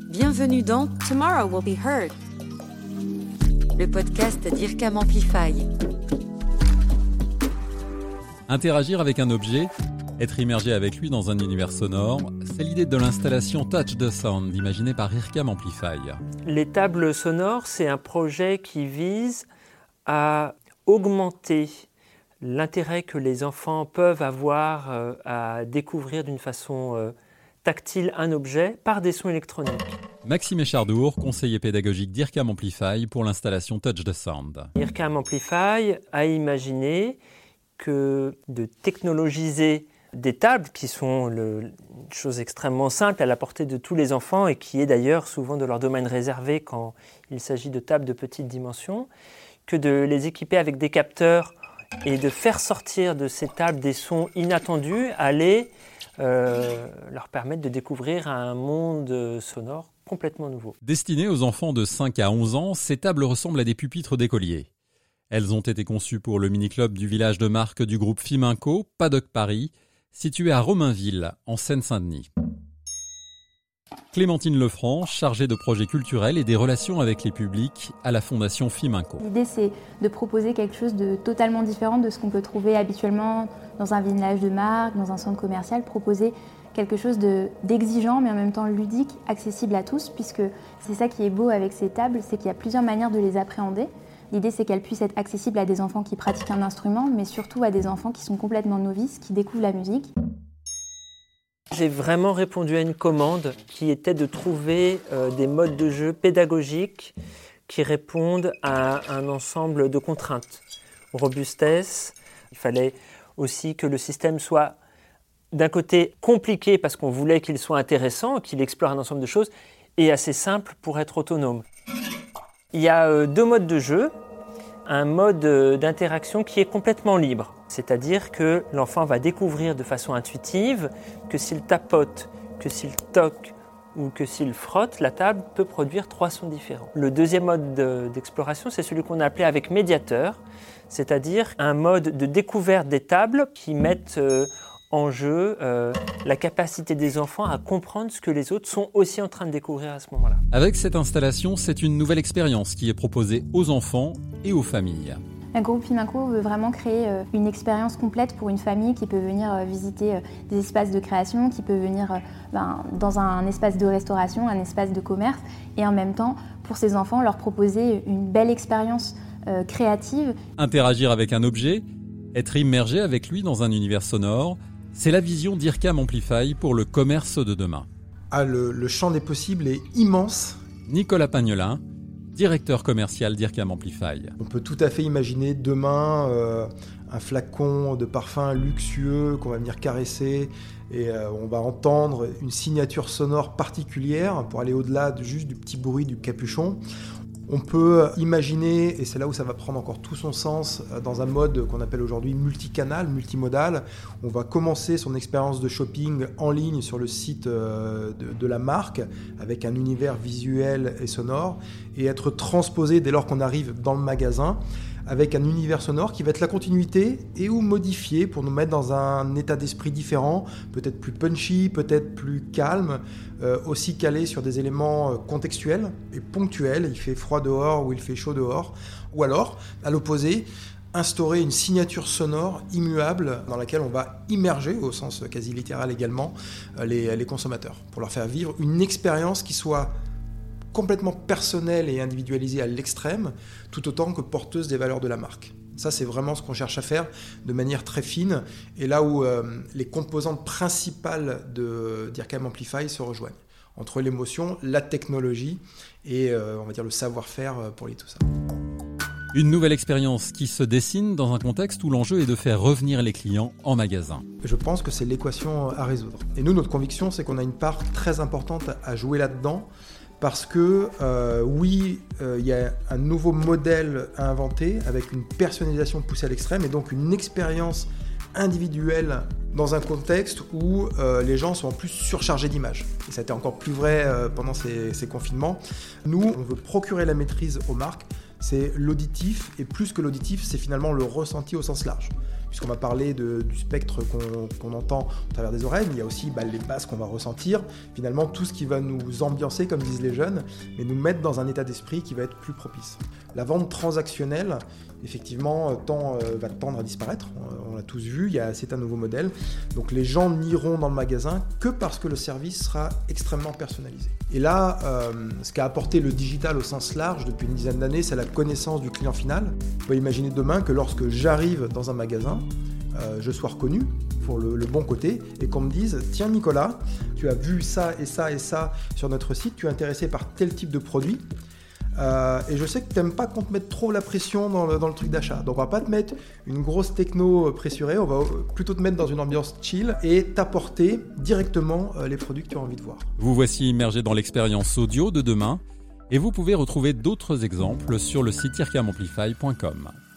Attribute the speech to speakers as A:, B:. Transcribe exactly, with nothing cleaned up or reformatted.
A: Bienvenue dans Tomorrow Will Be Heard, le podcast d'IRCAM Amplify.
B: Interagir avec un objet, être immergé avec lui dans un univers sonore, c'est l'idée de l'installation Touch the Sound, imaginée par IRCAM Amplify.
C: Les tables sonores, c'est un projet qui vise à augmenter l'intérêt que les enfants peuvent avoir euh, à découvrir d'une façon euh, tactile un objet par des sons électroniques.
B: Maxime Échardour, conseiller pédagogique d'IRCAM Amplify pour l'installation Touch the Sound.
C: IRCAM Amplify a imaginé que de technologiser des tables qui sont le, une chose extrêmement simple à la portée de tous les enfants et qui est d'ailleurs souvent de leur domaine réservé quand il s'agit de tables de petite dimension, que de les équiper avec des capteurs et de faire sortir de ces tables des sons inattendus allait euh, leur permettre de découvrir un monde sonore complètement nouveau.
B: Destinées aux enfants de cinq à onze ans, ces tables ressemblent à des pupitres d'écoliers. Elles ont été conçues pour le mini-club du village de Marques du groupe Fiminco, Paddock Paris, situé à Romainville, en Seine-Saint-Denis. Clémentine Lefranc, chargée de projets culturels et des relations avec les publics à la Fondation Fiminco.
D: L'idée, c'est de proposer quelque chose de totalement différent de ce qu'on peut trouver habituellement dans un village de marque, dans un centre commercial, proposer quelque chose de, d'exigeant mais en même temps ludique, accessible à tous, puisque c'est ça qui est beau avec ces tables, c'est qu'il y a plusieurs manières de les appréhender. L'idée, c'est qu'elles puissent être accessibles à des enfants qui pratiquent un instrument, mais surtout à des enfants qui sont complètement novices, qui découvrent la musique.
C: J'ai vraiment répondu à une commande qui était de trouver euh, des modes de jeu pédagogiques qui répondent à un ensemble de contraintes. Robustesse, il fallait aussi que le système soit d'un côté compliqué parce qu'on voulait qu'il soit intéressant, qu'il explore un ensemble de choses, et assez simple pour être autonome. Il y a euh, deux modes de jeu, un mode euh, d'interaction qui est complètement libre. C'est-à-dire que l'enfant va découvrir de façon intuitive que s'il tapote, que s'il toque ou que s'il frotte, la table peut produire trois sons différents. Le deuxième mode de, d'exploration, c'est celui qu'on a appelé avec médiateur, c'est-à-dire un mode de découverte des tables qui mettent euh, en jeu euh, la capacité des enfants à comprendre ce que les autres sont aussi en train de découvrir à ce moment-là.
B: Avec cette installation, c'est une nouvelle expérience qui est proposée aux enfants et aux familles.
D: Le groupe Fiminco veut vraiment créer une expérience complète pour une famille qui peut venir visiter des espaces de création, qui peut venir ben, dans un espace de restauration, un espace de commerce, et en même temps, pour ces enfants, leur proposer une belle expérience euh, créative.
B: Interagir avec un objet, être immergé avec lui dans un univers sonore, c'est la vision d'IRCAM Amplify pour le commerce de demain.
E: Ah, le, le champ des possibles est immense.
B: Nicolas Pagnolin, directeur commercial d'IRCAM Amplify.
E: On peut tout à fait imaginer demain euh, un flacon de parfum luxueux qu'on va venir caresser et euh, on va entendre une signature sonore particulière pour aller au-delà de juste du petit bruit du capuchon. On peut imaginer, et c'est là où ça va prendre encore tout son sens, dans un mode qu'on appelle aujourd'hui multicanal, multimodal. On va commencer son expérience de shopping en ligne sur le site de, de la marque, avec un univers visuel et sonore, et être transposé dès lors qu'on arrive dans le magasin, avec un univers sonore qui va être la continuité et ou modifié pour nous mettre dans un état d'esprit différent, peut-être plus punchy, peut-être plus calme, euh, aussi calé sur des éléments contextuels et ponctuels, il fait froid dehors ou il fait chaud dehors, ou alors, à l'opposé, instaurer une signature sonore immuable dans laquelle on va immerger, au sens quasi littéral également, les, les consommateurs, pour leur faire vivre une expérience qui soit complètement personnelle et individualisée à l'extrême, tout autant que porteuse des valeurs de la marque. Ça, c'est vraiment ce qu'on cherche à faire de manière très fine, et là où euh, les composantes principales de d'IRCAM Amplify se rejoignent, entre l'émotion, la technologie et euh, on va dire le savoir-faire pour lier tout ça.
B: Une nouvelle expérience qui se dessine dans un contexte où l'enjeu est de faire revenir les clients en magasin.
E: Je pense que c'est l'équation à résoudre. Et nous, notre conviction, c'est qu'on a une part très importante à jouer là-dedans, parce que euh, oui, il euh, y a un nouveau modèle à inventer avec une personnalisation poussée à l'extrême et donc une expérience individuelle dans un contexte où euh, les gens sont en plus surchargés d'images. Et ça a été encore plus vrai euh, pendant ces, ces confinements. Nous, on veut procurer la maîtrise aux marques, c'est l'auditif, et plus que l'auditif, c'est finalement le ressenti au sens large. puisqu'on va parler de, du spectre qu'on, qu'on entend au travers des oreilles, mais il y a aussi bah, les basses qu'on va ressentir, finalement tout ce qui va nous ambiancer, comme disent les jeunes, mais nous mettre dans un état d'esprit qui va être plus propice. La vente transactionnelle, effectivement, tend, euh, va tendre à disparaître, on, on l'a tous vu, il y a, c'est un nouveau modèle, donc les gens n'iront dans le magasin que parce que le service sera extrêmement personnalisé. Et là, euh, ce qu'a apporté le digital au sens large depuis une dizaine d'années, c'est la connaissance du client final. On peut imaginer demain que lorsque j'arrive dans un magasin, euh, je sois reconnu pour le, le bon côté et qu'on me dise « Tiens Nicolas, tu as vu ça et ça et ça sur notre site, tu es intéressé par tel type de produit. Euh, et je sais que tu n'aimes pas qu'on te mette trop la pression dans le, dans le truc d'achat. Donc on va pas te mettre une grosse techno pressurée, on va plutôt te mettre dans une ambiance chill et t'apporter directement les produits que tu as envie de voir. »
B: Vous voici immergé dans l'expérience audio de demain et vous pouvez retrouver d'autres exemples sur le site ircam amplify point com.